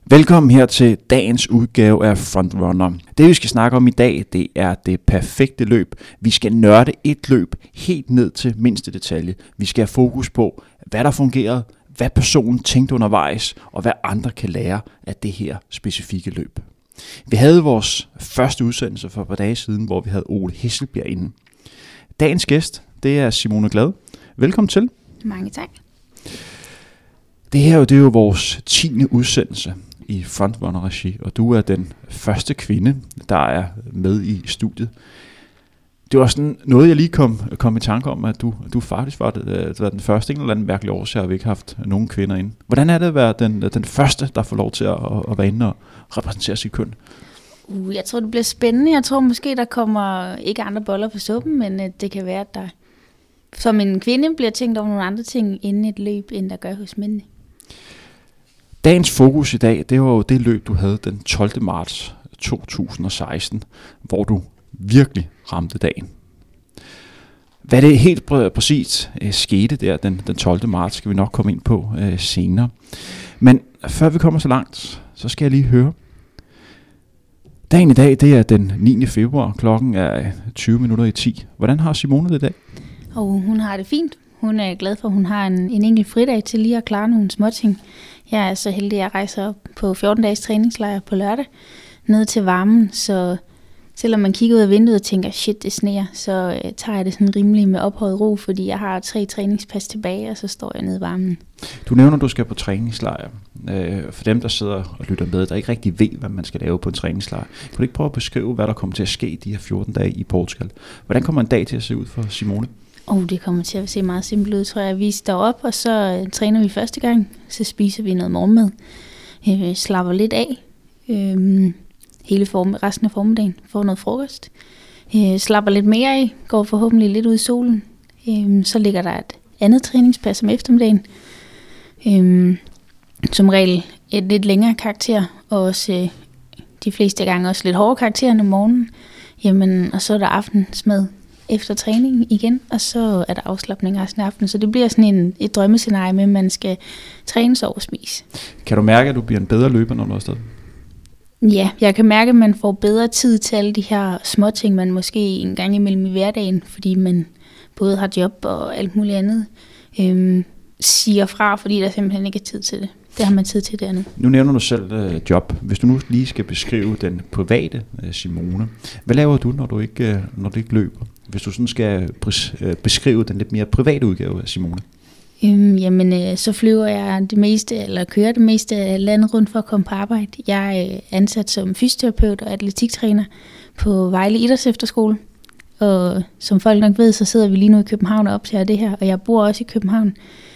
Velkommen her til dagens udgave af Frontrunner. Det vi skal snakke om i dag, det er det perfekte løb. Vi skal nørde et løb helt ned til mindste detalje. Vi skal have fokus på, hvad der fungerede, hvad personen tænkte undervejs, og hvad andre kan lære af det her specifikke løb. Vi havde vores første udsendelse for et par dage siden, hvor vi havde Ole Hesselbjerg inde. Dagens gæst, det er Simone Glad. Velkommen til. Mange tak. Det her det er jo vores 10. udsendelse i Frontrunner-regi, og du er den første kvinde, der er med i studiet. Det var sådan noget, jeg lige kom i tanke om, at du faktisk var den første, en eller anden mærkelig årsag, at vi ikke har haft nogen kvinder inde. Hvordan er det at være den første, der får lov til at være inde og repræsentere sit køn? Jeg tror, det bliver spændende. Jeg tror måske, der kommer ikke andre boller på suppen, men det kan være, at der som en kvinde bliver tænkt over nogle andre ting inden et løb, end der gør hos mændene. Dagens fokus i dag, det var jo det løb, du havde den 12. marts 2016, hvor du virkelig ramte dagen. Hvad det helt præcist skete der den 12. marts, skal vi nok komme ind på senere. Men før vi kommer så langt, så skal jeg lige høre. Dagen i dag, det er den 9. februar, klokken er 20:10. Hvordan har Simone det i dag? Hun har det fint. Hun er glad for, at hun har en enkelt fridag til lige at klare nogle småting. Jeg er så heldig, at jeg rejser op på 14-dages træningslejr på lørdag ned til varmen, så selvom man kigger ud af vinduet og tænker, shit, det sneer, så tager jeg det sådan rimelig med ophøjet ro, fordi jeg har 3 træningspas tilbage, og så står jeg nede i varmen. Du nævner, at du skal på træningslejr. For dem, der sidder og lytter med, der ikke rigtig ved, hvad man skal lave på en træningslejr. Kan du ikke prøve at beskrive, hvad der kommer til at ske de her 14 dage i Portugal? Hvordan kommer en dag til at se ud for Simone? Det kommer til at se meget simpelt ud, tror jeg. Vi står op, og så træner vi første gang. Så spiser vi noget morgenmad. Slapper lidt af. Resten af formiddagen. Får noget frokost. Slapper lidt mere af. Går forhåbentlig lidt ud i solen. Så ligger der et andet træningspas om eftermiddagen. Som regel et lidt længere karakter. Og også de fleste gange også lidt hårdere karakter om morgenen. Og så er der aftensmad efter træningen igen, og så er der afslapning resten af aftenen. Så det bliver sådan et drømmescenarie med, at man skal træne, sove og spise. Kan du mærke, at du bliver en bedre løber, når du er afsted? Ja, jeg kan mærke, at man får bedre tid til alle de her små ting, man måske en gang imellem i hverdagen, fordi man både har job og alt muligt andet, siger fra, fordi der simpelthen ikke er tid til det. Det har man tid til der nu. Nu nævner du selv job. Hvis du nu lige skal beskrive den private Simone, hvad laver du, når du ikke løber? Hvis du sådan skal beskrive den lidt mere private udgave af Simone? Så flyver jeg det meste, eller kører det meste af landet rundt for at komme på arbejde. Jeg er ansat som fysioterapeut og atletiktræner på Vejle Idrætsefterskole. Og som folk nok ved, så sidder vi lige nu i København og optager det her, og jeg bor også i København.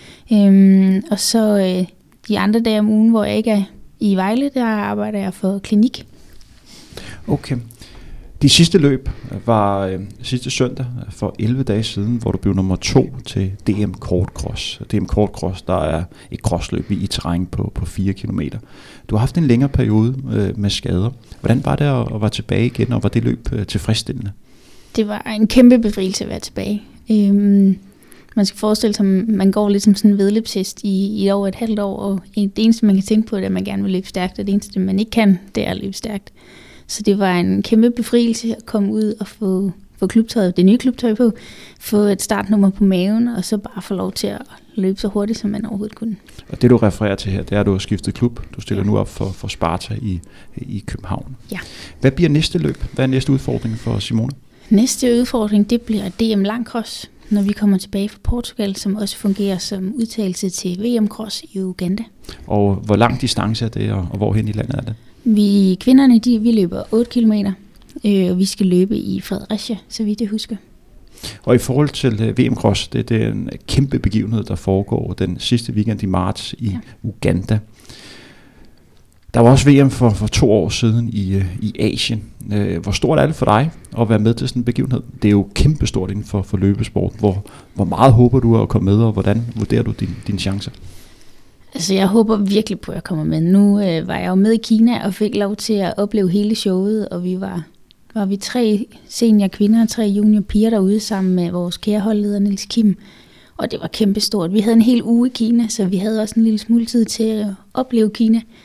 Og så de andre dage om ugen, hvor jeg ikke er i Vejle, der arbejder jeg for klinik. Okay. De sidste løb var sidste søndag for 11 dage siden, hvor du blev nummer 2 til DM Kort Cross. DM Kort Cross, der er et crossløb i terræn på 4 kilometer. Du har haft en længere periode med skader. Hvordan var det at være tilbage igen, og var det løb tilfredsstillende? Det var en kæmpe befrielse at være tilbage. Man skal forestille sig, at man går lidt som sådan en vedløbshest i over et halvt år, og det eneste, man kan tænke på, det er, at man gerne vil løbe stærkt, og det eneste, man ikke kan, det er at løbe stærkt. Så det var en kæmpe befrielse at komme ud og få klubtøjet, det nye klubtøj på, få et startnummer på maven, og så bare få lov til at løbe så hurtigt, som man overhovedet kunne. Og det, du refererer til her, det er, at du har skiftet klub. Du stiller nu op for Sparta i København. Ja. Hvad bliver næste løb? Hvad er næste udfordring for Simone? Næste udfordring, det bliver DM Langcross, når vi kommer tilbage fra Portugal, som også fungerer som udtagelse til VM Cross i Uganda. Og hvor lang distance er det, og hvorhen i landet er det? Vi kvinderne, vi løber 8 kilometer, og vi skal løbe i Fredericia, så vidt jeg husker. Og i forhold til VM Cross, det er en kæmpe begivenhed, der foregår den sidste weekend i marts i Uganda. Der var også VM for 2 år siden i Asien. Hvor stort er det for dig at være med til sådan en begivenhed? Det er jo kæmpestort inden for løbesport. Hvor meget håber du at komme med, og hvordan vurderer du dine chancer? Altså, jeg håber virkelig på, at jeg kommer med. Nu var jeg jo med i Kina og fik lov til at opleve hele showet, og vi var 3 senior kvinder og 3 junior piger derude sammen med vores kære holdleder Niels Kim. Og det var kæmpestort. Vi havde en hel uge i Kina, så vi havde også en lille smule tid til at opleve Kina.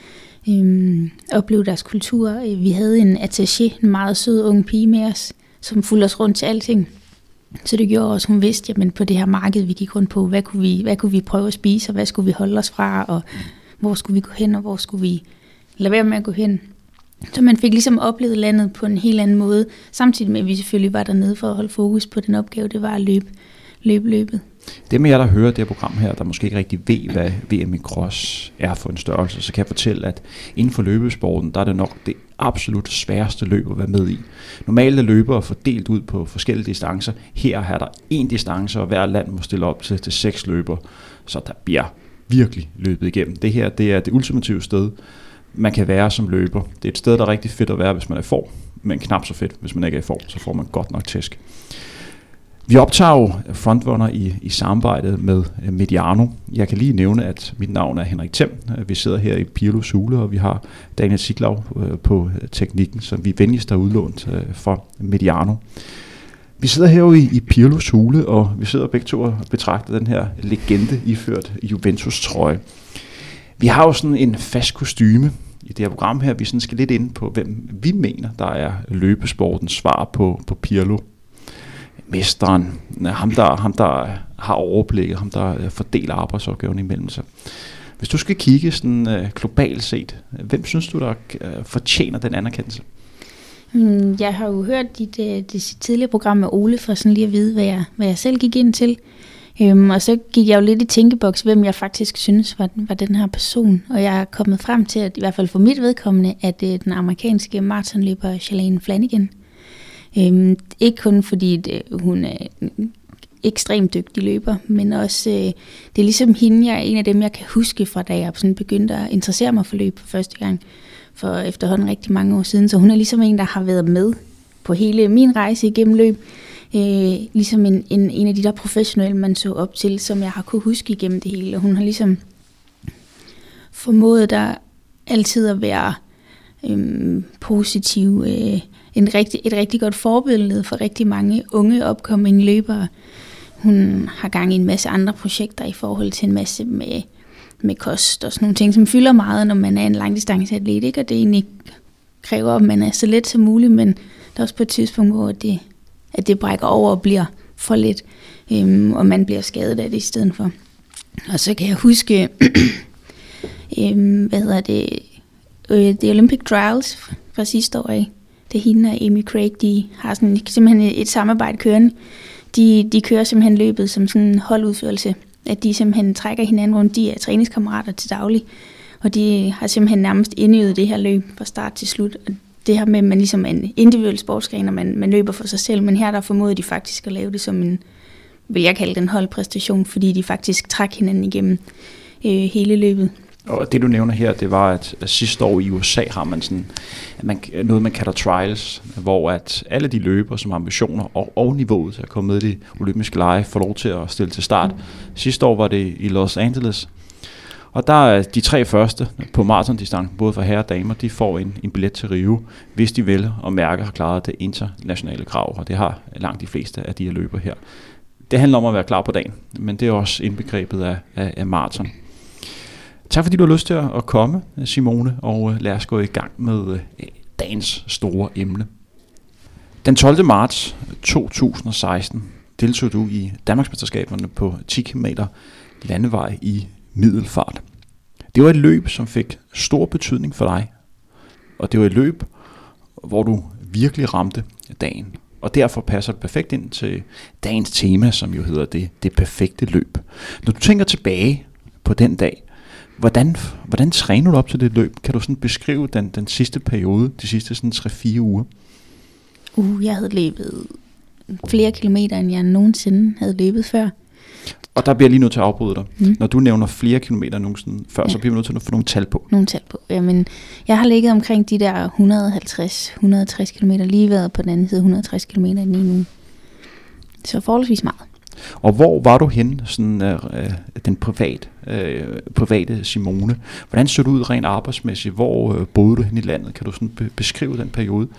opleve deres kultur. Vi havde en attaché, en meget sød ung pige med os, som fulgte os rundt til alting. Så det gjorde også, hun vidste, jamen på det her marked, vi gik rundt på, hvad kunne vi prøve at spise, og hvad skulle vi holde os fra, og hvor skulle vi gå hen, og hvor skulle vi lade være med at gå hen. Så man fik ligesom oplevet landet på en helt anden måde, samtidig med, at vi selvfølgelig var dernede for at holde fokus på den opgave, det var at løbet. Det med jer, der hører det her program her, der måske ikke rigtig ved, hvad VM i cross er for en størrelse, så kan jeg fortælle, at inden for løbesporten, der er det nok det absolut sværeste løb at være med i. Normalt er løbere fordelt ud på forskellige distancer. Her er der 1 distance, og hver land må stille op til 6 løbere, så der bliver virkelig løbet igennem. Det her, det er det ultimative sted, man kan være som løber. Det er et sted, der er rigtig fedt at være, hvis man er i form, men knap så fedt, hvis man ikke er i form, så får man godt nok tæsk. Vi optager jo Frontrunner i samarbejdet med Mediano. Jeg kan lige nævne, at mit navn er Henrik Them. Vi sidder her i Pirlos Hule, og vi har Daniel Siglau på teknikken, som vi venligst har udlånt fra Mediano. Vi sidder her jo i Pirlos Hule, og vi sidder begge to og betragter den her legende iført Juventus-trøje. Vi har jo sådan en fast kostyme i det her program her. Vi sådan skal lidt ind på, hvem vi mener, der er løbesportens svar på Pirlo. Mesteren, ham der har overblikket, ham der fordeler arbejdsopgaven imellem sig. Hvis du skal kigge sådan globalt set, hvem synes du, der fortjener den anerkendelse? Jeg har jo hørt det tidligere program med Ole, for sådan lige at vide, hvad jeg selv gik ind til. Og så gik jeg jo lidt i tænkeboks, hvem jeg faktisk synes var den her person. Og jeg er kommet frem til, at i hvert fald for mit vedkommende, at den amerikanske maratonløber Shalane Flanagan. Ikke kun fordi hun er en ekstremt dygtig løber, men også det er ligesom hende, jeg er en af dem, jeg kan huske fra da jeg sådan begyndte at interessere mig for løb for første gang for efterhånden rigtig mange år siden. Så hun er ligesom en, der har været med på hele min rejse igennem løb. Ligesom en af de der professionelle, man så op til, som jeg har kunne huske igennem det hele. Og hun har ligesom formået der altid at være positiv, et rigtig godt forbillede for rigtig mange unge upcoming løbere. Hun har gang i en masse andre projekter i forhold til en masse med kost og sådan nogle ting, som fylder meget, når man er en langdistanceatlet, ikke? Og det egentlig kræver, at man er så let som muligt, men der er også på et tidspunkt, hvor det brækker over og bliver for let, og man bliver skadet af det i stedet for. Og så kan jeg huske, The Olympic Trials fra sidste år af. Det er hende og Amy Craig, de har sådan simpelthen et samarbejde kørende. De kører simpelthen løbet som sådan en holdudførelse, at de simpelthen trækker hinanden rundt. De er træningskammerater til daglig, og de har simpelthen nærmest indøvet det her løb fra start til slut. Og det her med, at man ligesom er en individuel sportsgren, og man løber for sig selv, men her der formåede de faktisk at lave det som en, vil jeg kalde det en holdpræstation, fordi de faktisk trækker hinanden igennem hele løbet. Og det du nævner her, det var, at sidste år i USA har man sådan noget, man kalder trials, hvor at alle de løbere, som har ambitioner og niveauet til at komme med i de olympiske lege, får lov til at stille til start. Sidste år var det i Los Angeles, og der er de 3 første på maratondistancen, både for herrer og damer, de får en billet til Rio, hvis de vil og mærker har klaret det internationale krav, og det har langt de fleste af de her løbere her. Det handler om at være klar på dagen, men det er også indbegrebet af maraton. Tak fordi du har lyst til at komme, Simone, og lad os gå i gang med dagens store emne. Den 12. marts 2016 deltog du i Danmarksmesterskaberne på 10 km landevej i middelfart. Det var et løb, som fik stor betydning for dig, og det var et løb, hvor du virkelig ramte dagen. Og derfor passer det perfekt ind til dagens tema, som jo hedder det perfekte løb. Når du tænker tilbage på den dag, hvordan træner du op til det løb? Kan du sådan beskrive den sidste periode, de sidste sådan 3-4 uger? Jeg havde løbet flere kilometer, end jeg nogensinde havde løbet før. Og der bliver jeg lige nødt til at afbryde dig. Når du nævner flere kilometer nogensinde før, så bliver vi nødt til at få nogle tal på. Nogle tal på. Jamen, jeg har ligget omkring de der 150-160 kilometer, lige været på den anden side 160 kilometer i den ene uge. Så forholdsvis meget. Og hvor var du henne, sådan den private Simone? Hvordan så du ud rent arbejdsmæssigt? Hvor boede du hen i landet? Kan du sådan beskrive den periode?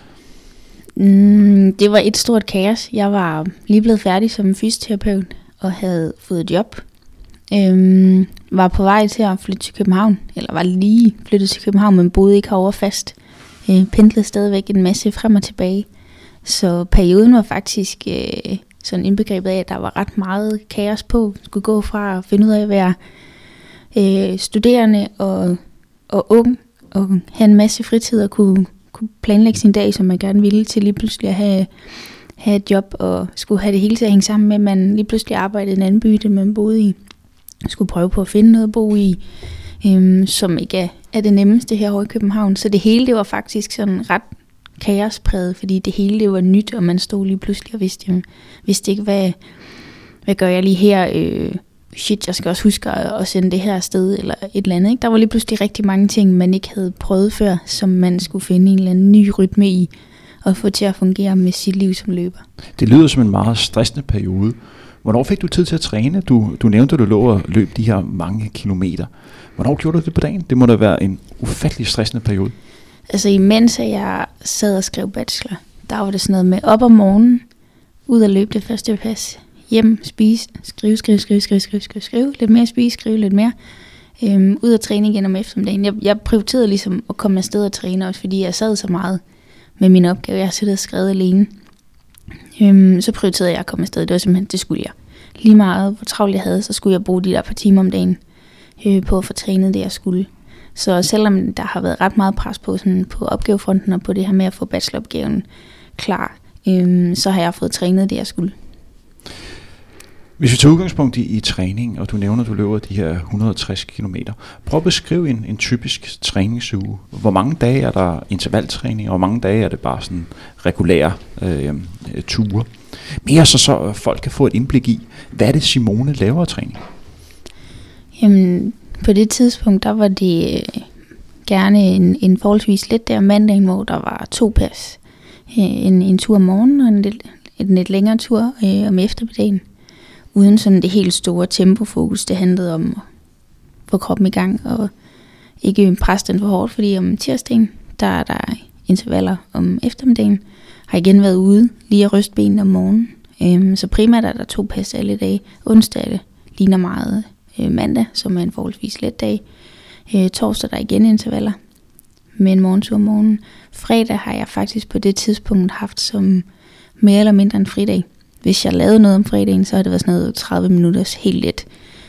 Det var et stort kaos. Jeg var lige blevet færdig som fysioterapeut og havde fået et job. Var på vej til at flytte til København, eller var lige flyttet til København, men boede ikke herovre fast. Pendlede stadigvæk en masse frem og tilbage. Så perioden var faktisk sådan indbegrebet af, at der var ret meget kaos på. Skulle gå fra at finde ud af at være studerende og ung, og have en masse fritid og kunne planlægge sin dag, som man gerne ville, til lige pludselig at have et job og skulle have det hele til at hænge sammen med, at man lige pludselig arbejdede i en anden by, det man boede i. Skulle prøve på at finde noget at bo i, som ikke er det nemmeste herovre i København. Så det hele, det var faktisk sådan ret kaospræget, fordi det hele, det var nyt, og man stod lige pludselig og vidste ikke, hvad gør jeg lige her? Jeg skal også huske at sende det her afsted, eller et eller andet. Ikke? Der var lige pludselig rigtig mange ting, man ikke havde prøvet før, som man skulle finde en eller anden ny rytme i, og få til at fungere med sit liv som løber. Det lyder som en meget stressende periode. Hvornår fik du tid til at træne? Du nævnte, at du lå og løb de her mange kilometer. Hvornår gjorde du det på dagen? Det må da være en ufattelig stressende periode. Altså imens jeg sad og skrev bachelor, der var det sådan noget med op om morgenen, ud og løbe det første pas, hjem, spise, skrive, lidt mere spise, skrive lidt mere, ud og træne igen om eftermiddagen. Jeg prioriterede ligesom at komme afsted og træne, også fordi jeg sad så meget med min opgave. Jeg har siddet og skrevet alene. Så prioriterede jeg at komme afsted. Det var simpelthen, det skulle jeg. Lige meget, hvor travlt jeg havde, så skulle jeg bruge de der par timer om dagen på at få trænet det, jeg skulle. Så selvom der har været ret meget pres på, sådan på opgavefronten og på det her med at få bacheloropgaven klar, så har jeg fået trænet det, jeg skulle. Hvis vi tager udgangspunkt i træning, og du nævner, at du løber de her 160 km, prøv at beskrive en typisk træningsuge. Hvor mange dage er der intervaltræning, og hvor mange dage er det bare sådan regulære ture? Mere så folk kan få et indblik i, hvad er det Simone laver af træning? Jamen, på det tidspunkt, der var det gerne en forholdsvis let der mandag, hvor der var 2 pas. En tur om morgenen og en lidt længere tur om eftermiddagen. Uden sådan det helt store tempofokus. Det handlede om at få kroppen i gang og ikke presse den for hårdt, fordi om tirsdagen, der er der intervaller om eftermiddagen. Har igen været ude lige at ryste benene om morgenen. Så primært er der 2 pas alle dage. Onsdag det ligner meget mandag, som er en forholdsvis let dag. Torsdag der er igen intervaller med en morgentur om morgenen. Fredag har jeg faktisk på det tidspunkt haft som mere eller mindre en fridag. Hvis jeg lavede noget om fredagen, så har det været sådan noget 30 minutters helt let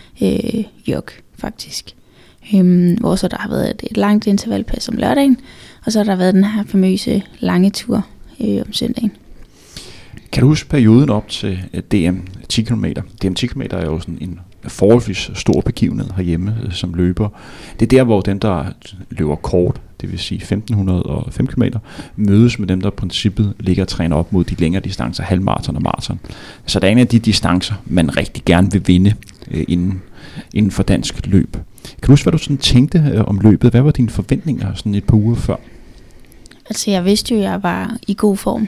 jog faktisk. Hvor så der har været et langt intervalpas om lørdagen, og så har der været den her famøse lange tur om søndagen. Kan du huske perioden op til DM 10 km? DM 10 km er jo sådan en forholdsvis stor begivenhed herhjemme som løber. Det er der, hvor dem, der løber kort, det vil sige 1505 km, mødes med dem, der i princippet ligger og træner op mod de længere distancer, halvmaraton og maraton. Så der er en af de distancer, man rigtig gerne vil vinde inden for dansk løb. Kan du huske, hvad du sådan tænkte om løbet? Hvad var dine forventninger sådan et par uger før? Altså, jeg vidste jo, at jeg var i god form.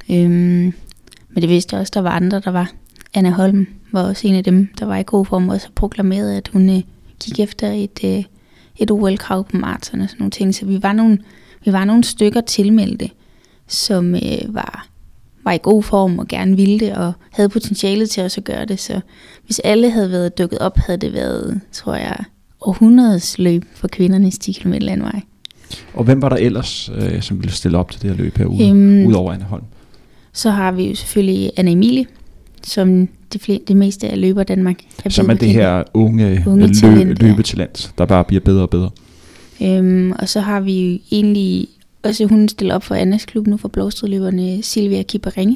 Men det vidste jeg også, der var andre, der var. Anna Holm var også en af dem, der var i god form, og så proklamerede, at hun gik efter et OL-krav på maraton og sådan nogle ting. Så vi var nogle stykker tilmeldte, som var i god form og gerne ville det, og havde potentialet til også at gøre det. Så hvis alle havde været dukket op, havde det været, tror jeg, århundredes løb for kvindernes 10 km landvej. Og hvem var der ellers, som ville stille op til det her løb herude, udover Anna Holm? Så har vi jo selvfølgelig Anna Emilie, som det meste af løber Danmark. Som er det her unge løbetalent, der bare bliver bedre og bedre. Og så har vi jo egentlig også, hun stiller op for Annas klub nu for Blovstrødløberne, Silvia Kipper-Ringe.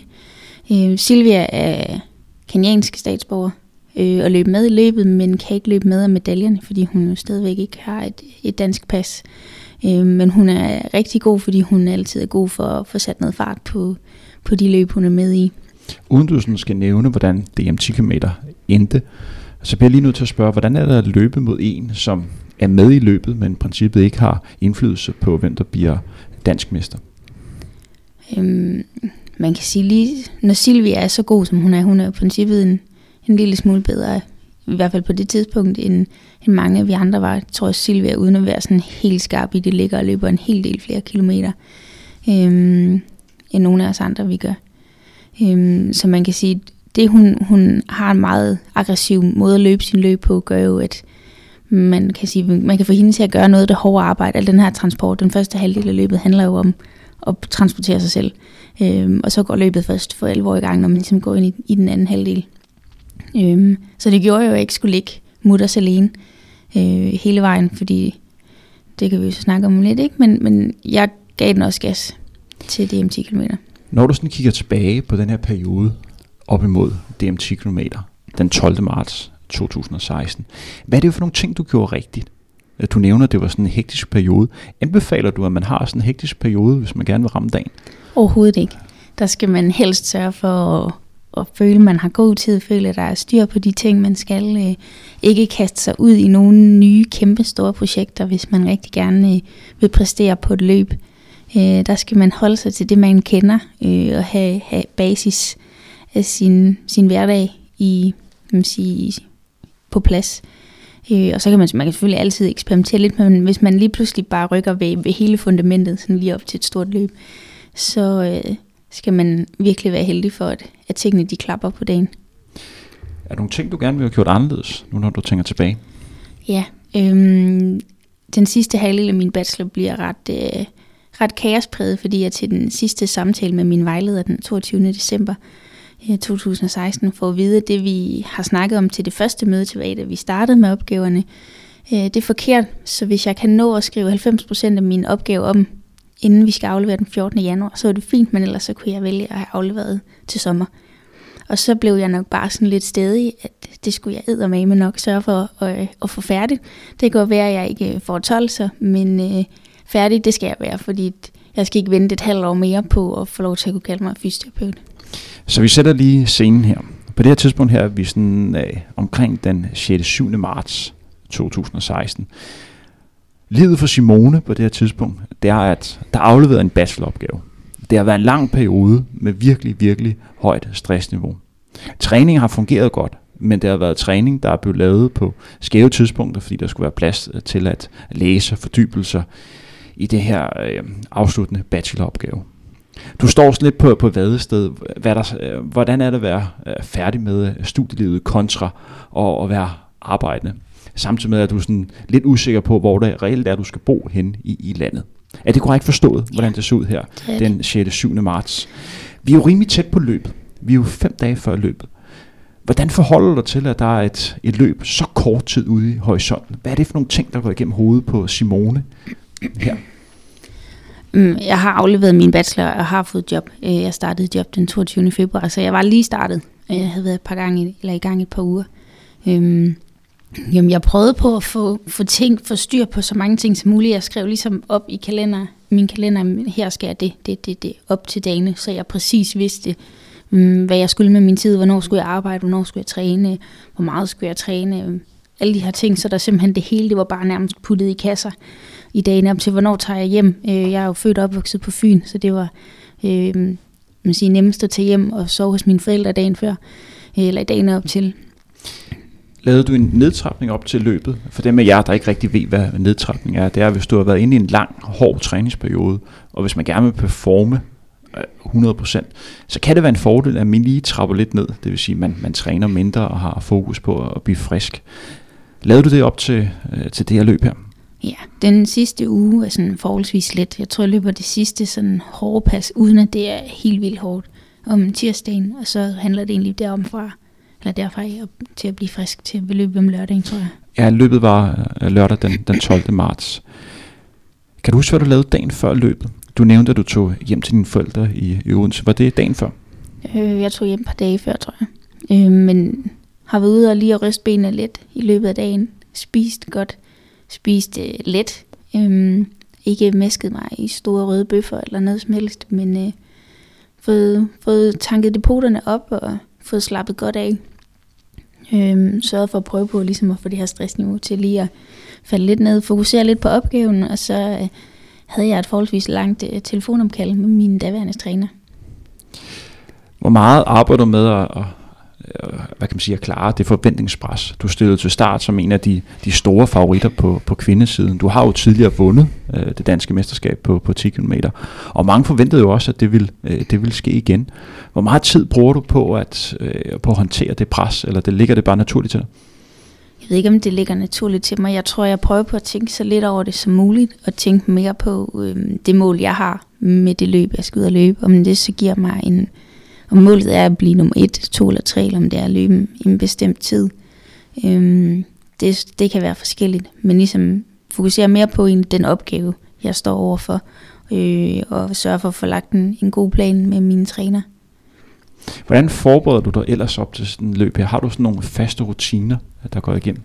Silvia er kenyansk statsborger og løber med i løbet, men kan ikke løbe med af medaljerne, fordi hun jo stadigvæk ikke har et dansk pas. Men hun er rigtig god, fordi hun altid er god for at få sat noget fart på de løb, hun er med i. Uden du sådan skal nævne, hvordan DM 10 km endte, så bliver jeg lige nødt til at spørge, hvordan er der at løbe mod en, som er med i løbet, men i princippet ikke har indflydelse på, hvem der bliver dansk mester? Man kan sige lige, når Silvia er så god, som hun er i princippet en lille smule bedre, i hvert fald på det tidspunkt, end mange af vi andre var. Jeg tror, at Silvia, uden at være sådan helt skarp i det, ligger og løber en hel del flere kilometer, end nogle af os andre, vi gør. Så man kan sige, det hun har en meget aggressiv måde at løbe sin løb på, gør jo, at man kan få hende til at gøre noget af det hårde arbejde. Al den her transport, den første halvdel af løbet, handler jo om at transportere sig selv. Og så går løbet først for alvor i gang, når man ligesom går ind i den anden halvdel. Så det gjorde jo, at jeg ikke skulle ligge mutters alene hele vejen, fordi det kan vi jo så snakke om lidt, ikke? Men jeg gav den også gas til DM 10 km. Når du sådan kigger tilbage på den her periode op imod DM 10 km, den 12. marts 2016, hvad er det jo for nogle ting, du gjorde rigtigt? Du nævner, at det var sådan en hektisk periode. Anbefaler du, at man har sådan en hektisk periode, hvis man gerne vil ramme dagen? Overhovedet ikke. Der skal man helst sørge for at føle, at man har god tid, føle, at der er styr på de ting, man skal. Ikke kaste sig ud i nogle nye, kæmpe store projekter, hvis man rigtig gerne vil præstere på et løb. Der skal man holde sig til det, man kender, og have basis af sin hverdag på plads. Og så kan man selvfølgelig altid eksperimentere lidt, men hvis man lige pludselig bare rykker ved hele fundamentet, sådan lige op til et stort løb, så skal man virkelig være heldig for, at tingene de klapper på dagen. Er der nogle ting, du gerne vil have gjort anderledes, nu når du tænker tilbage? Ja, den sidste halvdel af min bachelor bliver ret kaospræget, fordi jeg til den sidste samtale med min vejleder den 22. december 2016 får at vide, at det vi har snakket om til det første møde tilbage, da vi startede med opgaverne, det er forkert. Så hvis jeg kan nå at skrive 90% af min opgave om, inden vi skal aflevere den 14. januar, så er det fint, men ellers så kunne jeg vælge at have afleveret til sommer. Og så blev jeg nok bare sådan lidt stædig, at det skulle jeg eddermame nok sørge for at få færdigt. Det kan godt være, at jeg ikke får 12, men færdig, det skal jeg være, fordi jeg skal ikke vente et halvt år mere på at få lov til at kunne kalde mig fysioterapeut. Så vi sætter lige scenen her. På det her tidspunkt her er vi sådan omkring den 6. 7. marts 2016. Livet for Simone på det her tidspunkt, det er, at der er afleveret en bacheloropgave. Det har været en lang periode med virkelig, virkelig højt stressniveau. Træningen har fungeret godt, men det har været træning, der er blevet lavet på skæve tidspunkter, fordi der skulle være plads til at læse fordybelser i det her afsluttende bacheloropgave. Du står sådan lidt på vadested. Hvordan er det at være færdig med studielivet kontra og være arbejdende? Samtidig med, at du er sådan lidt usikker på, hvor det reelt er, du skal bo henne i landet. Er det korrekt forstået, hvordan det ser ud her den 6. 7. marts? Vi er jo rimelig tæt på løbet. Vi er jo 5 dage før løbet. Hvordan forholder du dig til, at der er et løb så kort tid ude i horisonten? Hvad er det for nogle ting, der går igennem hovedet på Simone her? Jeg har afleveret min bachelor og har fået job. Jeg startede job den 22. februar, så jeg var lige startet. Jeg havde været i gang et par uger. Jeg prøvede på at få styr på så mange ting som muligt. Jeg skrev ligesom op i min kalender, her skal jeg det op til dagene, så jeg præcis vidste, hvad jeg skulle med min tid, hvornår skulle jeg arbejde, hvornår skulle jeg træne, hvor meget skulle jeg træne, alle de her ting, så der simpelthen det hele, det var bare nærmest puttet i kasser i dagene op til, hvornår tager jeg hjem. Jeg er jo født og opvokset på Fyn, så det var nemmest at tage hjem og sove hos mine forældre dagen før, eller dagen op til. Lavede du en nedtrapning op til løbet? For dem af jer, der ikke rigtig ved, hvad nedtrapning er, det er, hvis du har været inde i en lang, hård træningsperiode, og hvis man gerne vil performe 100%, så kan det være en fordel, at man lige trapper lidt ned. Det vil sige, at man træner mindre og har fokus på at blive frisk. Lavede du det op til det her løb her? Ja, den sidste uge er sådan forholdsvis let. Jeg tror, jeg løber det sidste sådan hårde pas, uden at det er helt vildt hårdt om tirsdagen, og så handler det egentlig derfra til at blive frisk til at løbe om lørdagen, tror jeg. Ja, løbet var lørdag den 12. marts. Kan du huske, hvad du lavede dagen før løbet? Du nævnte, at du tog hjem til dine forældre i Odense. Var det dagen før? Jeg tog hjem et par dage før, tror jeg. Men har været ude og lige at ryste benene lidt i løbet af dagen. Spist godt. Spist let. Ikke mæsket mig i store røde bøffer eller noget som helst, men fået tanket depoterne op og fået slappet godt af. Sørget for at prøve på ligesom at få det her stressniveau til lige at falde lidt ned, fokusere lidt på opgaven, og så havde jeg et forholdsvis langt telefonomkald med min daværende træner. Hvor meget arbejder du med at hvad kan man sige, at klare det forventningspres. Du stillede til start som en af de store favoritter på kvindesiden. Du har jo tidligere vundet det danske mesterskab på 10 km, og mange forventede jo også, at det ville ske igen. Hvor meget tid bruger du på at håndtere det pres, eller ligger det bare naturligt til dig? Jeg ved ikke, om det ligger naturligt til mig. Jeg tror, jeg prøver på at tænke så lidt over det som muligt, og tænke mere på det mål, jeg har med det løb, jeg skal ud og løbe. Om det så giver mig om målet er at blive nummer 1, 2 eller 3, eller om det er at løbe i en bestemt tid. Det kan være forskelligt, men ligesom fokusere mere på den opgave, jeg står overfor, og sørge for at få lagt en god plan med mine træner. Hvordan forbereder du dig ellers op til sådan et løb her? Har du sådan nogle faste rutiner, der går igennem?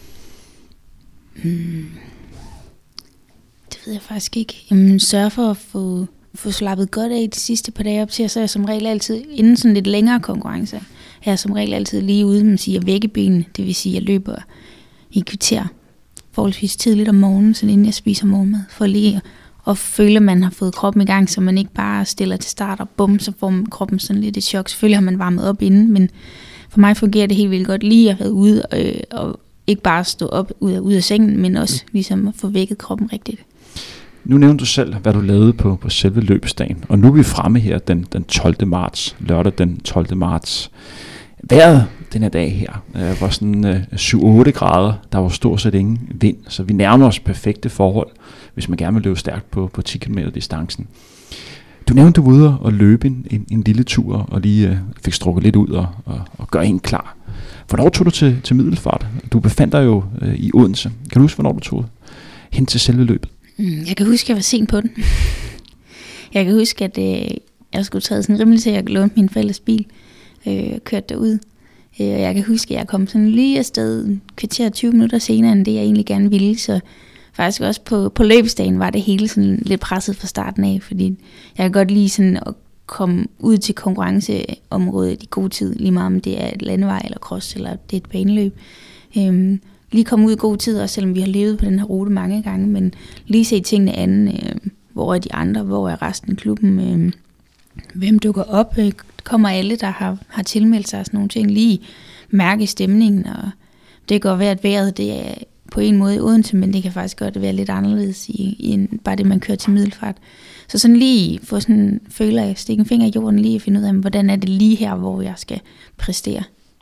Det ved jeg faktisk ikke. Jamen, sørge for at få slappet godt af de sidste par dage op til, så er jeg som regel altid, inden sådan lidt længere konkurrence, er jeg som regel altid lige ude, man siger, vække benene. Det vil sige, at jeg løber i kvarter forholdsvis tidligt om morgenen, så inden jeg spiser morgenmad, for lige at føle, at man har fået kroppen i gang, så man ikke bare stiller til start, og bum, så får kroppen sådan lidt et chok. Selvfølgelig har man varmet op inden, men for mig fungerer det helt vildt godt lige at være ude, og ikke bare stå op ud af sengen, men også ligesom at få vækket kroppen rigtigt. Nu nævnte du selv, hvad du lavede på selve løbsdagen, og nu er vi fremme her den 12. marts, lørdag den 12. marts. Vejret den her dag her var sådan 7-8 grader, der var stort set ingen vind, så vi nærmer os perfekte forhold, hvis man gerne vil løbe stærkt på 10 km distancen. Du nævnte, du var ude og løbe en lille tur, og lige fik strukket lidt ud og gøre en klar. Hvornår tog du til Middelfart? Du befandt dig jo i Odense. Kan du huske, hvornår du tog hen til selve løbet? Jeg kan huske, at jeg var sent på den. Jeg kan huske, at jeg skulle tage sådan rimelig til, at jeg lånte min forældres bil og kørte derud. Jeg kan huske, at jeg kom sådan lige afsted kvarter 20 minutter senere, end det jeg egentlig gerne ville. Så faktisk også på løbsdagen var det hele sådan lidt presset fra starten af, fordi jeg kan godt lide sådan at komme ud til konkurrenceområdet i god tid, lige meget om det er et landevej eller cross, eller det er et baneløb. Lige komme ud i god tid, også selvom vi har levet på den her rute mange gange, men lige se tingene anden, hvor er de andre, hvor er resten af klubben, hvem dukker op, kommer alle, der har tilmeldt sig sådan nogle ting, lige mærke stemningen, og det kan godt være, at vejret det er på en måde i Odense, men det kan faktisk godt være lidt anderledes i bare det, man kører til Middelfart. Så sådan lige få sådan føler jeg, stikke en finger i jorden lige og finde ud af, hvordan er det lige her, hvor jeg skal præstere.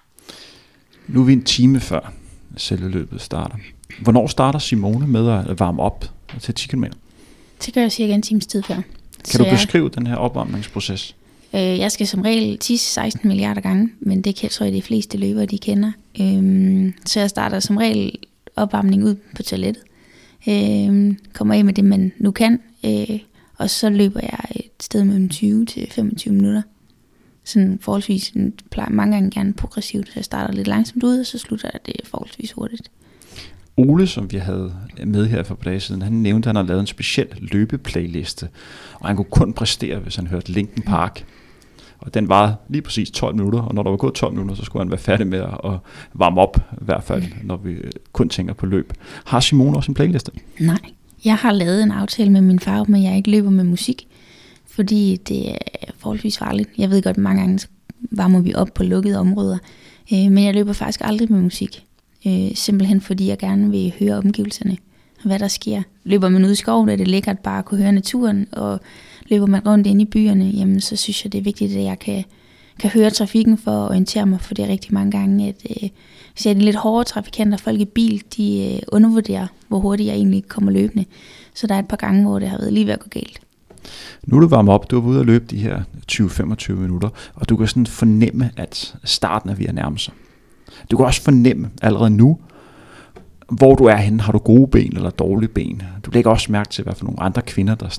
Nu er vi en time før selve løbet starter. Hvornår starter Simone med at varme op til 10 km? Det gør jeg cirka en times tid før. Kan du beskrive den her opvarmningsproces? Jeg skal som regel tisse 16 milliarder gange, men det tror jeg de fleste løbere de kender. Så jeg starter som regel opvarmning ud på toilettet. Kommer af med det, man nu kan. Og så løber jeg et sted mellem 20 til 25 minutter. Sådan forholdsvis, plejer mange gange gerne progressivt. Så jeg starter lidt langsomt ud, og så slutter jeg det forholdsvis hurtigt. Ole, som vi havde med her for et par dage siden, han nævnte, at han har lavet en speciel løbeplayliste, og han kunne kun præstere, hvis han hørte Linkin Park. Og den var lige præcis 12 minutter, og når der var gået 12 minutter, så skulle han være færdig med at varme op, i hvert fald, når vi kun tænker på løb. Har Simone også en playliste? Nej, jeg har lavet en aftale med min far, men jeg ikke løber med musik, fordi det er forholdsvis farligt. Jeg ved godt, at mange gange varmer vi op på lukkede områder, men jeg løber faktisk aldrig med musik. Simpelthen fordi jeg gerne vil høre omgivelserne, hvad der sker. Løber man ud i skoven, er det lækkert bare at kunne høre naturen, og løber man rundt inde i byerne, jamen så synes jeg, det er vigtigt, at jeg kan høre trafikken for at orientere mig, for det er rigtig mange gange, at hvis jeg er de lidt hårde trafikanter, folk i bil, de undervurderer, hvor hurtigt jeg egentlig kommer løbende. Så der er et par gange, hvor det har været lige ved at gå galt. Nu er du varmet op, du er ude at løbe de her 20-25 minutter, og du kan sådan fornemme, at starten er ved at nærme sig. Du kan også fornemme allerede nu, hvor du er henne. Har du gode ben eller dårlige ben? Du lægger også mærke til, hvad for nogle andre kvinder, der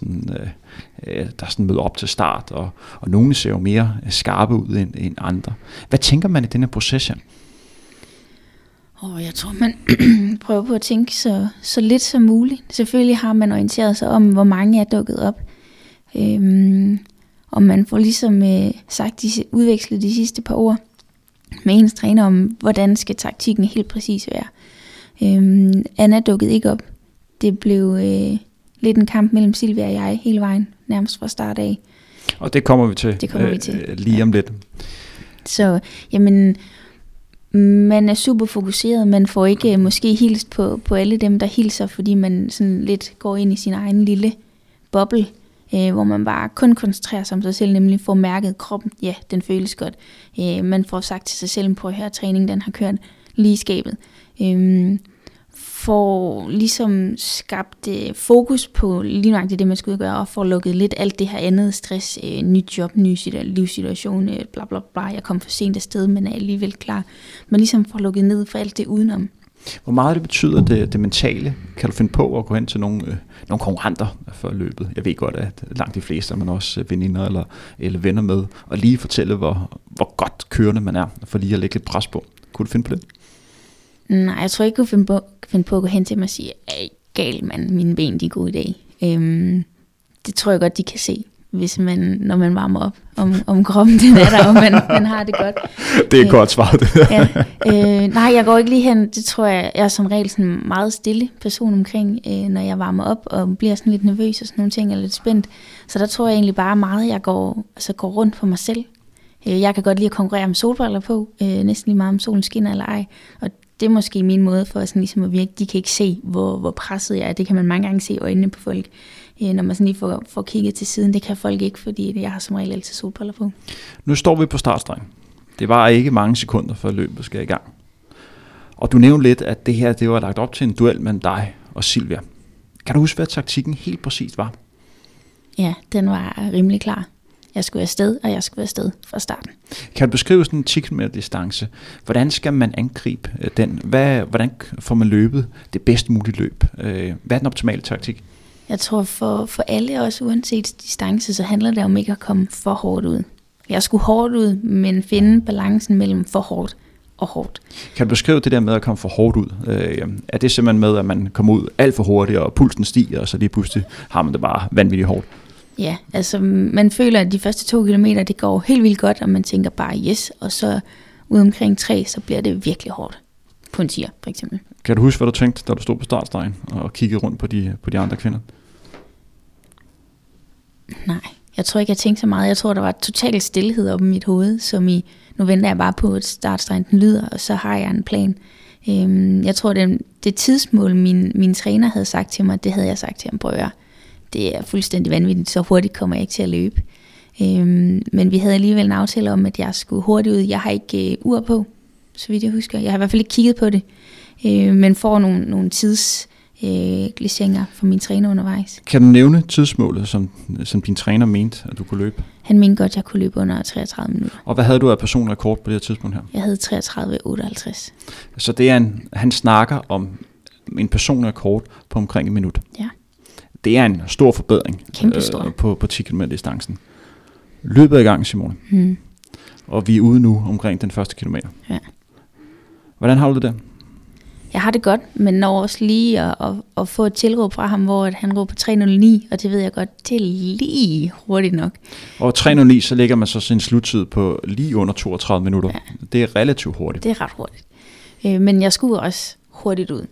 sådan møder op til start, og nogle ser jo mere skarpe ud end andre. Hvad tænker man i den her proces her? Jeg tror, man prøver på at tænke så lidt som muligt. Selvfølgelig har man orienteret sig om, hvor mange er dukket op. Og man får ligesom udvekslet de sidste par ord med ens træner om, hvordan skal taktikken helt præcis være. Anna dukkede ikke op. Det blev lidt en kamp mellem Silvia og jeg hele vejen, nærmest fra start af. Og det kommer vi til, lige om lidt. Så jamen, man er super fokuseret, man får ikke måske hilst på alle dem, der hilser, fordi man sådan lidt går ind i sin egen lille boble, hvor man bare kun koncentrerer sig om sig selv, nemlig får mærket kroppen, ja, den føles godt. Man får sagt til sig selv, prøv at høre, træningen, den har kørt lige i skabet. Får ligesom skabt fokus på lige nok det, man skulle gøre, og får lukket lidt alt det her andet stress, nyt job, ny livssituation, bla bla bla, jeg kom for sent afsted, men er alligevel klar. Man ligesom får lukket ned for alt det udenom. Hvor meget det betyder det mentale? Kan du finde på at gå hen til nogle konkurrenter for løbet? Jeg ved godt, at langt de fleste, man også veninder eller venner med, og lige fortælle, hvor godt kørende man er, for lige at lægge lidt pres på. Kunne du finde på det? Nej, jeg tror ikke, jeg kunne finde på at gå hen til mig og sige, gal mand, mine ben, de er gode i dag. Det tror jeg godt, de kan se, når man varmer op om kroppen, den er der, og man har det godt. Det er et godt svar, det. Nej, jeg går ikke lige hen. Det tror jeg er som regel sådan en meget stille person omkring, når jeg varmer op og bliver sådan lidt nervøs og sådan nogle ting, og lidt spændt. Så der tror jeg egentlig bare meget, jeg går rundt for mig selv. Jeg kan godt lide at konkurrere med solbriller på, næsten lige meget om solen skinner eller ej. Og det er måske min måde for sådan ligesom at virke. De kan ikke se, hvor presset jeg er. Det kan man mange gange se i øjnene på folk, når man sådan lige får kigget til siden. Det kan folk ikke, fordi jeg har som regel altid solbriller på. Nu står vi på startstregen. Det var ikke mange sekunder, før løbet skal i gang. Og du nævnte lidt, at det her det var lagt op til en duel mellem dig og Silvia. Kan du huske, hvad taktikken helt præcist var? Ja, den var rimelig klar. Jeg skulle afsted, og jeg skulle afsted fra starten. Kan du beskrive sådan en 10 km distance? Hvordan skal man angribe den? Hvordan får man løbet det bedst mulige løb? Hvad er den optimale taktik? Jeg tror for alle, også uanset distance, så handler det om ikke at komme for hårdt ud. Jeg skulle hårdt ud, men finde balancen mellem for hårdt og hårdt. Kan du beskrive det der med at komme for hårdt ud? Er det simpelthen med, at man kommer ud alt for hurtigt, og pulsen stiger, og så lige pludselig har man det bare vanvittigt hårdt? Ja, altså man føler, at de første 2 kilometer, det går helt vildt godt, og man tænker bare yes, og så ude omkring 3, så bliver det virkelig hårdt. På en 10'er, for eksempel. Kan du huske, hvad du tænkte, da du stod på startstregen og kiggede rundt på de andre kvinder? Nej, jeg tror ikke, jeg tænkte så meget. Jeg tror, der var total stillhed oppe i mit hoved, som nu venter jeg bare på, at startstregen den lyder, og så har jeg en plan. Jeg tror, det tidsmål, min træner havde sagt til mig, det havde jeg sagt til ham, prøv at det er fuldstændig vanvittigt, så hurtigt kommer jeg ikke til at løbe. Men vi havde alligevel en aftale om, at jeg skulle hurtigt ud. Jeg har ikke ur på, så vidt jeg husker. Jeg har i hvert fald ikke kigget på det, men får nogle tidsgliceringer fra min træner undervejs. Kan du nævne tidsmålet, som din træner mente, at du kunne løbe? Han mente godt, at jeg kunne løbe under 33 minutter. Og hvad havde du af personlig rekord på det her tidspunkt her? Jeg havde 33,58. Så det er han snakker om en personlig rekord på omkring 1 minut. Ja. Det er en stor forbedring. Kæmpestor. På 10 km distancen. Løbet er i gang, Simone. Og vi er ude nu omkring den første kilometer. Ja. Hvordan har du det der? Jeg har det godt, men når også lige at få et tilråb fra ham, hvor han råber 3:09, og det ved jeg godt, det er lige hurtigt nok. Og 3:09, så lægger man så sin sluttid på lige under 32 minutter. Ja. Det er relativt hurtigt. Det er ret hurtigt. Men jeg skulle også hurtigt ud.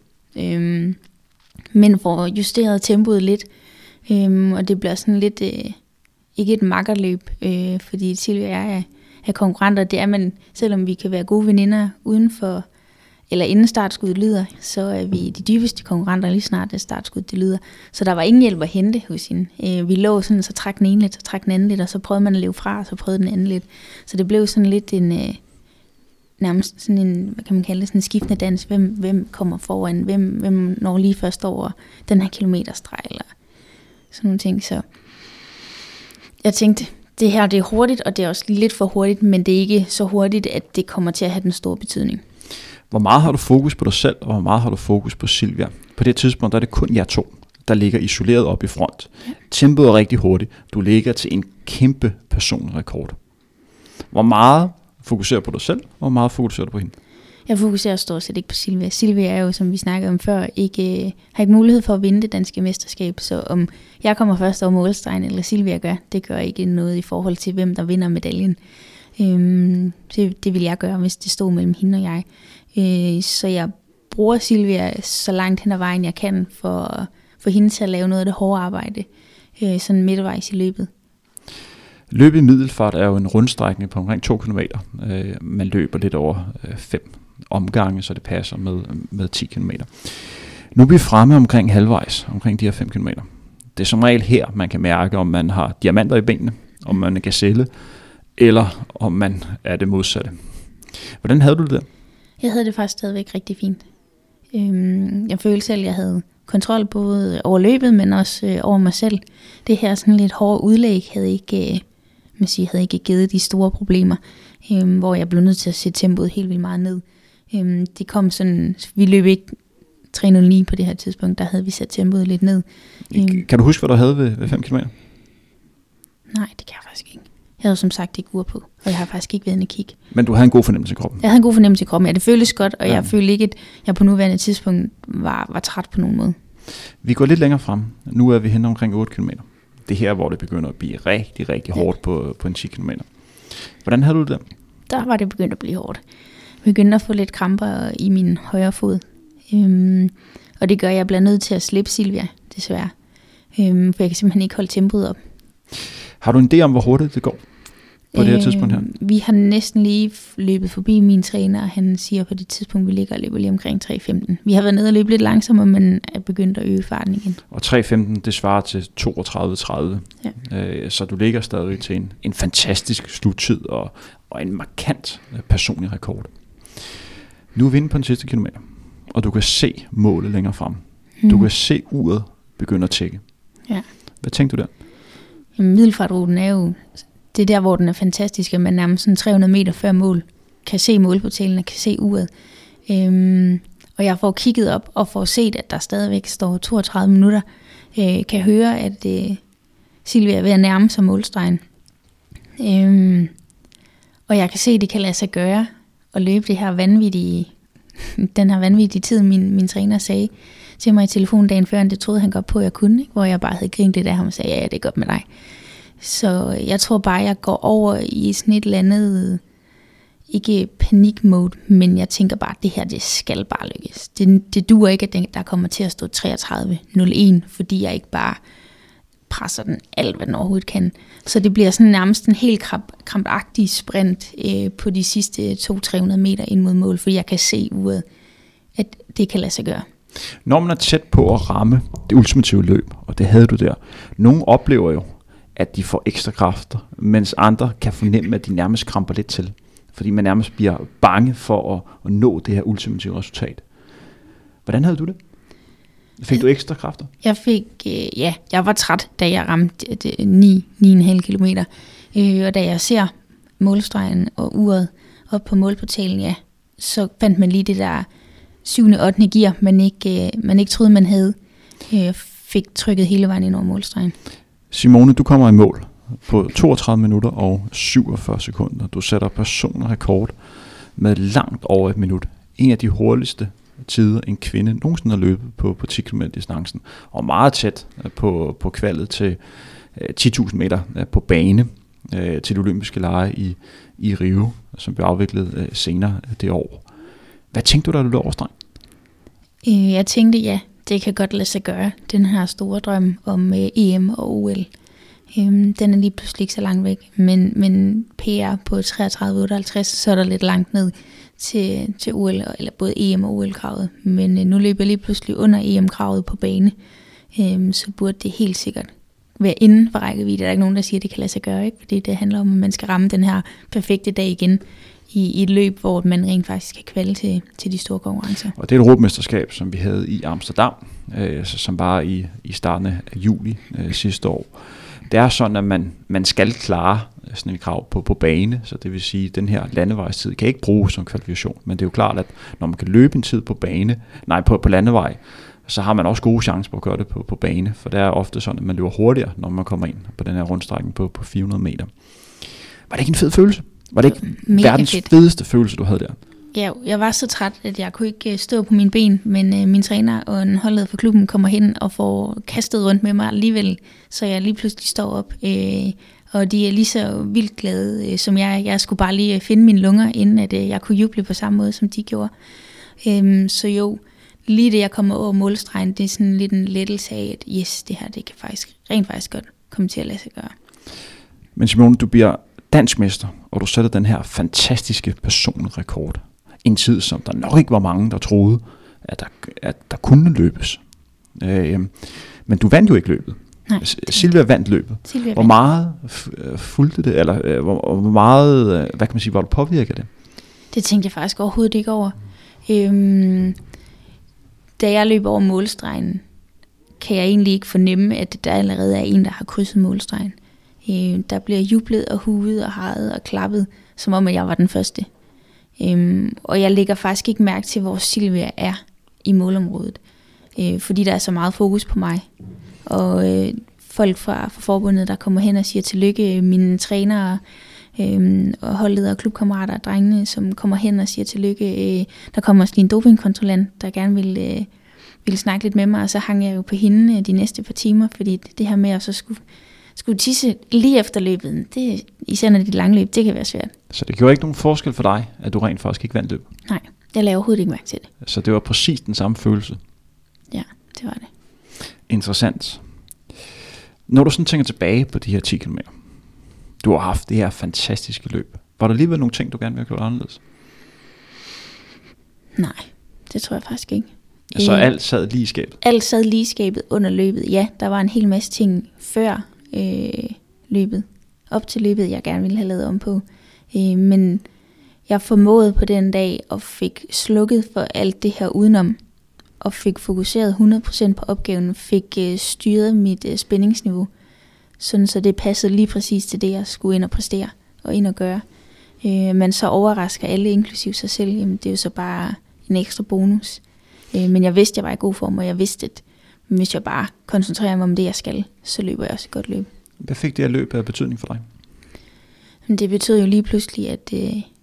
Men får justeret tempoet lidt, og det bliver sådan lidt, ikke et makkerløb, fordi Silvia er konkurrenter. Det er man, selvom vi kan være gode veninder udenfor, eller inden startskuddet lyder, så er vi de dybeste konkurrenter lige snart det startskuddet det lyder. Så der var ingen hjælp at hente hos hende. Vi lå sådan, så trak den ene lidt, så trak den anden lidt, og så prøvede man at leve fra, og så prøvede den anden lidt. Så det blev sådan lidt en, nærmest sådan en, hvad kan man kalde det, sådan en skiftende dans. Hvem kommer foran, hvem når lige først over den her kilometerstreg, eller sådan nogle ting. Så jeg tænkte, det her det er hurtigt, og det er også lidt for hurtigt, men det er ikke så hurtigt, at det kommer til at have den store betydning. Hvor meget har du fokus på dig selv, og hvor meget har du fokus på Silvia? På det tidspunkt der er det kun jer to, der ligger isoleret op i front. Ja. Tempoet er rigtig hurtigt. Du ligger til en kæmpe personlig rekord. Hvor meget fokuserer på dig selv, og hvor meget fokuserer du på hende? Jeg fokuserer stort set ikke på Silvia. Silvia er jo, som vi snakkede om før, har ikke mulighed for at vinde det danske mesterskab. Så om jeg kommer først over målstregen, eller Silvia gør, det gør ikke noget i forhold til, hvem der vinder medaljen. Det vil jeg gøre, hvis det stod mellem hende og jeg. Så jeg bruger Silvia så langt hen ad vejen, jeg kan, for hende til at lave noget af det hårde arbejde, sådan midtvejs i løbet. Løbet i middelfart er jo en rundstrækning på omkring 2 km. Man løber lidt over 5 omgange, så det passer med 10 km. Nu er vi fremme omkring halvvejs, omkring de her 5 km. Det er som regel her, man kan mærke, om man har diamanter i benene, om man er gazelle, eller om man er det modsatte. Hvordan havde du det der? Jeg havde det faktisk stadigvæk rigtig fint. Jeg følte selv, at jeg havde kontrol både over løbet, men også over mig selv. Det her sådan lidt hårde udlæg havde ikke givet de store problemer, hvor jeg blev nødt til at sætte tempoet helt vildt meget ned. Det kom sådan, vi løb ikke 3:09 på det her tidspunkt, der havde vi sat tempoet lidt ned. Kan du huske, hvad du havde ved 5 km? Nej, det kan jeg faktisk ikke. Jeg havde som sagt ikke ur på, og jeg har faktisk ikke været inde og kigge. Men du havde en god fornemmelse i kroppen? Jeg havde en god fornemmelse i kroppen, ja, det føltes godt, og jeg følte ikke, at jeg på nuværende tidspunkt var træt på nogen måde. Vi går lidt længere frem. Nu er vi henne omkring 8 km. Det er her, hvor det begynder at blive rigtig, rigtig hårdt på en 10 km. Hvordan havde du det? Der var det begyndt at blive hårdt. Jeg begyndte at få lidt kramper i min højre fod. Og det gør, at jeg bliver nødt til at slippe Silvia, desværre. For jeg kan simpelthen ikke holde tempoet op. Har du en idé om, hvor hurtigt det går på det her tidspunkt her? Vi har næsten lige løbet forbi min træner, og han siger på det tidspunkt, vi ligger og løber lige omkring 3:15. Vi har været nede og løbe lidt langsommere, men er begyndt at øge farten igen. Og 3:15, det svarer til 32:30. Ja. Så du ligger stadig til en fantastisk sluttid og en markant personlig rekord. Nu er vi inde på den sidste kilometer, og du kan se målet længere frem. Du kan se uret begynde at tække. Ja. Hvad tænkte du der? Middelfartruten er jo, det er der, hvor den er fantastisk, at man nærmest sådan 300 meter før mål kan se målportalen og kan se uret. Og jeg får kigget op og får set, at der stadigvæk står 32 minutter. Kan høre, at Silvia er ved at nærme sig målstregen. Og jeg kan se, at det kan lade sig gøre at løbe den her vanvittige tid, min træner sagde til mig i telefonen dagen før, det troede han godt på, at jeg kunne, ikke? Hvor jeg bare havde grint lidt af ham og sagde, ja, det er godt med dig. Så jeg tror bare, jeg går over i sådan et eller andet, ikke panikmode, men jeg tænker bare, at det her, det skal bare lykkes. Det duer ikke, at der kommer til at stå 33:01, fordi jeg ikke bare presser den alt, hvad den overhovedet kan. Så det bliver sådan nærmest en helt krampagtig sprint på de sidste 200-300 meter ind mod mål, fordi jeg kan se uret, at det kan lade sig gøre. Når man er tæt på at ramme det ultimative løb, og det havde du der, nogle oplever jo, at de får ekstra kræfter, mens andre kan fornemme, at de nærmest kramper lidt til, fordi man nærmest bliver bange for at nå det her ultimative resultat. Hvordan havde du det? Fik du ekstra kræfter? Jeg fik, jeg var træt, da jeg ramte 9,5 kilometer. Og da jeg ser målstregen og uret op på målportalen, ja, så fandt man lige det der 7. og 8. gear, man ikke troede, man havde. Fik trykket hele vejen ind over målstregen. Simone, du kommer i mål på 32 minutter og 47 sekunder. Du sætter personrekord med langt over 1 minut. En af de hurtigste tider, en kvinde nogensinde har løbet på 10 km distancen, og meget tæt på kvalet til 10.000 meter på bane til de olympiske lege i Rio, som blev afviklet senere det år. Hvad tænkte du, da du løb over stregen? Jeg tænkte, ja, det kan godt lade sig gøre, den her store drøm om EM og OL. Den er lige pludselig ikke så langt væk, men PR på 33,58, så er der lidt langt ned til OL, eller både EM og OL-kravet. Men nu løber jeg lige pludselig under EM-kravet på bane, så burde det helt sikkert være inden for rækkevidde. Der er ikke nogen, der siger, at det kan lade sig gøre, ikke? Fordi det handler om, at man skal ramme den her perfekte dag igen i et løb, hvor man rent faktisk kan kvalde til de store konkurrencer. Og det er et europammesterskab, som vi havde i Amsterdam, som var i starten af juli sidste år. Det er sådan, at man skal klare sådan et krav på bane, så det vil sige, at den her landevejstid kan ikke bruges som kvalifikation, men det er jo klart, at når man kan løbe en tid på landevej, så har man også gode chancer på at gøre det på bane, for det er ofte sådan, at man løber hurtigere, når man kommer ind på den her rundstrækning på 400 meter. Var det ikke en fed følelse? Var det ikke verdens fedeste følelse, du havde der? Ja, jeg var så træt, at jeg kunne ikke stå på mine ben, men min træner og en holdleder for klubben kommer hen og får kastet rundt med mig alligevel, så jeg lige pludselig står op, og de er lige så vildt glade som jeg. Jeg skulle bare lige finde mine lunger, inden at jeg kunne juble på samme måde, som de gjorde. Så jo, lige da jeg kommer over målstregen, det er sådan lidt en lettelse af, at yes, det her, det kan rent faktisk godt komme til at lade sig gøre. Men Simone, du bliver dansk mester, og du sætter den her fantastiske personrekord. En tid, som der nok ikke var mange, der troede, at der kunne løbes. Men du vandt jo ikke løbet. Nej. Silvia vandt løbet. Hvor meget fulgte det, eller hvor meget, hvad kan man sige, var du påvirket det? Det tænkte jeg faktisk overhovedet ikke over. Da jeg løber over målstregen, kan jeg egentlig ikke fornemme, at der allerede er en, der har krydset målstregen. Der bliver jublet og huet og hejet og klappet, som om at jeg var den første. Og jeg lægger faktisk ikke mærke til, hvor Silvia er i målområdet, fordi der er så meget fokus på mig. Og folk fra forbundet, der kommer hen og siger tillykke, mine trænere og holdledere og klubkammerater og drengene, som kommer hen og siger tillykke. Der kommer også lige en dopingkontrollant, der gerne ville snakke lidt med mig, og så hang jeg jo på hende de næste par timer, fordi det her med at så skulle tisse lige efter løbet, det, især når det er lange løb, det kan være svært. Så det gjorde ikke nogen forskel for dig, at du rent faktisk ikke vandt løb? Nej, jeg lavede overhovedet ikke mærke til det. Så det var præcis den samme følelse? Ja, det var det. Interessant. Når du sådan tænker tilbage på de her 10 km, du har haft det her fantastiske løb. Var der alligevel nogle ting, du gerne ville have gjort anderledes? Nej, det tror jeg faktisk ikke. Så alt sad lige i skabet? Alt sad lige i skabet under løbet. Ja, der var en hel masse ting før løbet. Op til løbet, jeg gerne ville have lavet om på. Men jeg formåede på den dag og fik slukket for alt det her udenom. Og fik fokuseret 100% på opgaven. Fik styret mit spændingsniveau. Sådan så det passede lige præcis til det, jeg skulle ind og præstere og ind og gøre. Men så overrasker alle, inklusive sig selv. Jamen, det er jo så bare en ekstra bonus. Men jeg vidste, jeg var i god form, og jeg vidste, at hvis jeg bare koncentrerer mig om det, jeg skal, så løber jeg også et godt løb. Hvad fik det her løb af betydning for dig? Det betød jo lige pludselig, at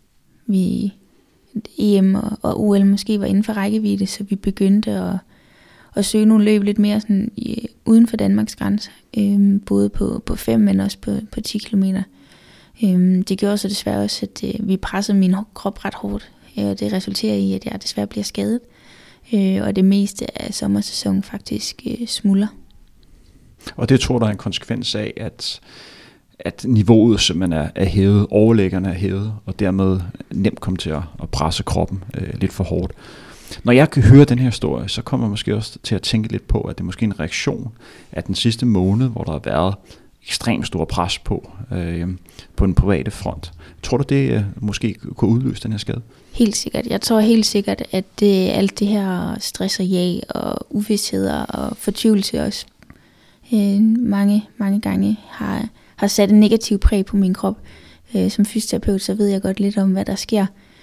EM og OL måske var inden for rækkevidde, så vi begyndte at søge nogle løb lidt mere sådan uden for Danmarks grænser. Både på 5, men også på 10 kilometer. Det gjorde så desværre også, at vi pressede min krop ret hårdt, og det resulterer i, at jeg desværre bliver skadet. Og det meste af sommersæsonen faktisk smuldrer. Og det tror der er en konsekvens af, at niveauet simpelthen er hævet, overlæggerne er hævet, og dermed nemt komme til at presse kroppen lidt for hårdt. Når jeg kan høre den her historie, så kommer jeg måske også til at tænke lidt på, at det er måske en reaktion af den sidste måned, hvor der har været ekstremt stor pres på den private front. Tror du, det måske kunne udløse den her skade? Helt sikkert. Jeg tror helt sikkert, at alt det her stress og jag og uvidsheder og fortvivlelse også mange gange har sat en negativ præg på min krop. Som fysioterapeut, så ved jeg godt lidt om, hvad der sker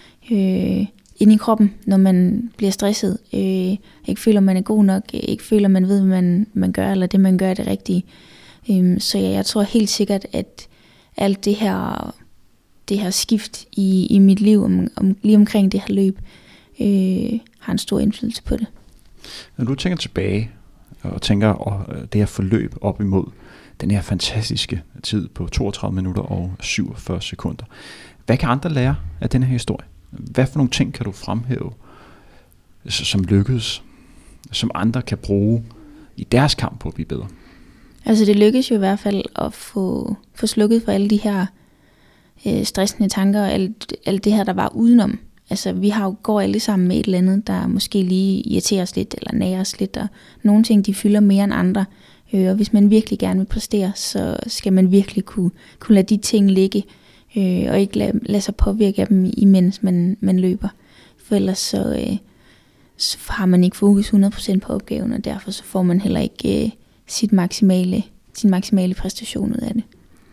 inde i kroppen, når man bliver stresset. Ikke føler, man er god nok, ikke føler, man ved, hvad man gør, eller det, man gør, er det rigtige. Så jeg tror helt sikkert, at alt det her skift i mit liv, lige omkring det her løb, har en stor indflydelse på det. Når du tænker tilbage, og tænker det her forløb op imod den her fantastiske tid på 32 minutter og 47 sekunder, hvad kan andre lære af den her historie? Hvad for nogle ting kan du fremhæve, som lykkedes, som andre kan bruge i deres kamp på at blive bedre? Altså det lykkedes jo i hvert fald at få slukket for alle de her stressende tanker og alt det her, der var udenom. Altså vi går alle sammen med et eller andet, der måske lige irriterer os lidt eller nager os lidt, og nogle ting, de fylder mere end andre. Og hvis man virkelig gerne vil præstere, så skal man virkelig kunne lade de ting ligge, og ikke lade sig påvirke af dem, imens man løber. For ellers så har man ikke fokus 100% på opgaven, og derfor så får man heller ikke sin maksimale præstation ud af det.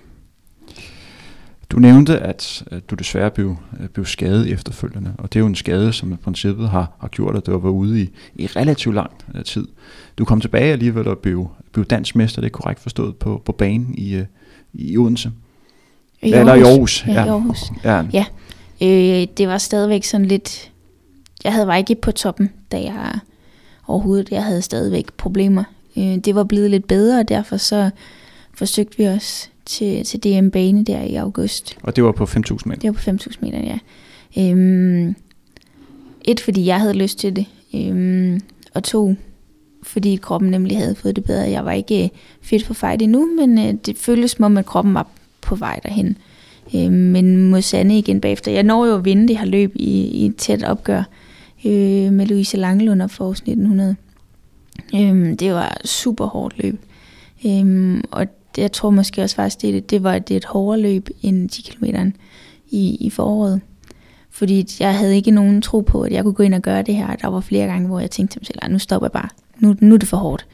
Du nævnte, at du desværre blev skadet efterfølgende, og det er jo en skade, som i princippet har gjort, at du var ude i relativt lang tid. Du kom tilbage alligevel og blev dansk mester, det er korrekt forstået, på banen i Odense. Eller i Aarhus. Ja, i Aarhus. Ja. Det var stadigvæk sådan lidt, jeg var ikke på toppen, da jeg havde stadigvæk problemer. Det var blevet lidt bedre, og derfor så forsøgte vi os til DM-bane der i august. Og det var på 5.000 meter? Det var på 5.000 meter, ja. Fordi jeg havde lyst til det, og 2, fordi kroppen nemlig havde fået det bedre. Jeg var ikke fit for fight endnu, men det føltes som om, at kroppen var på vej derhen. Men mod Sanne igen bagefter. Jeg når jo at vinde det her løb i et tæt opgør med Louise Langelund op for 1900. Det var super hårdt løb. Og jeg tror måske også faktisk, det var et hårdere løb end 10 kilometeren i foråret. Fordi jeg havde ikke nogen tro på, at jeg kunne gå ind og gøre det her. Der var flere gange, hvor jeg tænkte til mig selv, nu stopper jeg bare. Nu er det for hårdt.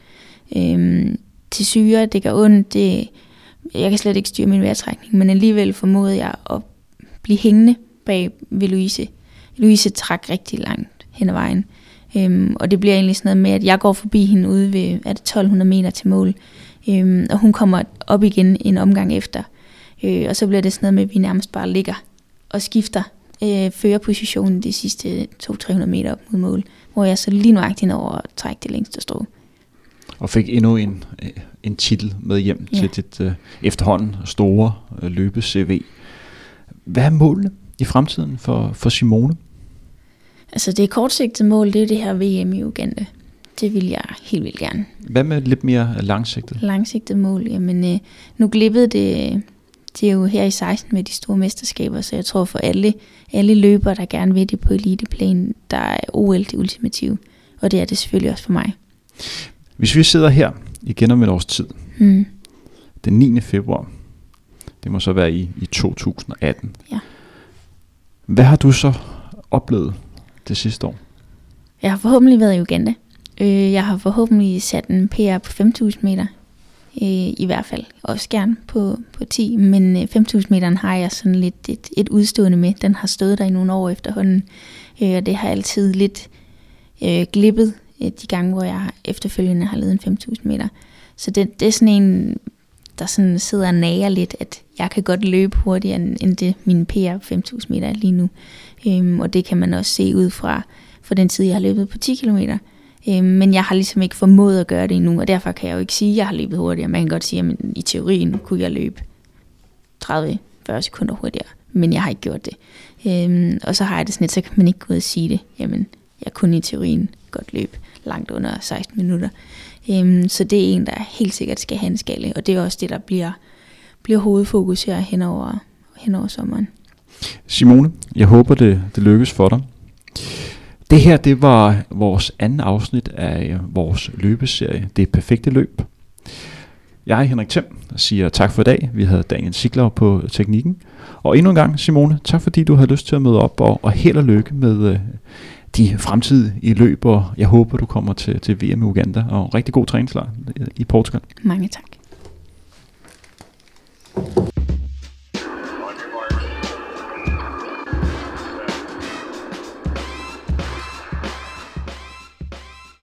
Til syre, det gør ondt. Jeg kan slet ikke styre min vejrtrækning, men alligevel formåede jeg at blive hængende bag ved Louise. Louise trak rigtig langt hen ad vejen. Og det bliver egentlig sådan noget med, at jeg går forbi hende ude ved 1200 meter til mål. Og hun kommer op igen en omgang efter. Og så bliver det sådan noget med, at vi nærmest bare ligger og skifter førerpositionen de sidste 200-300 meter op mod mål. Hvor jeg så lige nuagtigt når at trække det længste strå. Og fik endnu en titel med hjem til dit efterhånden store løbe-CV. Hvad er målene i fremtiden for Simone? Altså det kortsigtede mål, det er det her VM i Uganda. Det vil jeg helt vildt gerne. Hvad med lidt mere langsigtet? Langsigtet mål, jamen nu glippede det er jo her i 16 med de store mesterskaber, så jeg tror for alle løbere, der gerne vil det på eliteplan, der er OL det ultimative. Og det er det selvfølgelig også for mig. Hvis vi sidder her igen om et års tid, den 9. februar, det må så være i 2018. Ja. Hvad har du så oplevet det sidste år? Jeg har forhåbentlig været i Uganda. Jeg har forhåbentlig sat en PR på 5.000 meter. I hvert fald også gerne på 10, men 5.000 meteren har jeg sådan lidt et udstående med. Den har stået der i nogle år efterhånden, og det har altid lidt glippet de gange, hvor jeg efterfølgende har lavet en 5.000 meter. Så det er sådan en, der sådan sidder og nager lidt, at jeg kan godt løbe hurtigere end det min PR 5.000 meter er lige nu. Og det kan man også se ud fra den tid, jeg har løbet på 10 kilometer. Men jeg har ligesom ikke formået at gøre det endnu, og derfor kan jeg jo ikke sige, at jeg har løbet hurtigere. Man kan godt sige, at i teorien kunne jeg løbe 30-40 sekunder hurtigere, men jeg har ikke gjort det. Og så har jeg det sådan lidt, så kan man ikke gå ud og sige det. Jamen, jeg kunne i teorien godt løbe langt under 16 minutter. Så det er en, der helt sikkert skal have en skalle, og det er også det, der bliver hovedfokus her henover sommeren. Simone, jeg håber, det lykkes for dig. Det her, det var vores anden afsnit af vores løbeserie, Det Perfekte Løb. Jeg er Henrik Thiem og siger tak for i dag. Vi havde Daniel Sigler på teknikken. Og endnu en gang, Simone, tak fordi du havde lyst til at møde op, og held og lykke med de fremtidige løb, og jeg håber, du kommer til VM i Uganda, og rigtig god træningslejr i Portugal. Mange tak.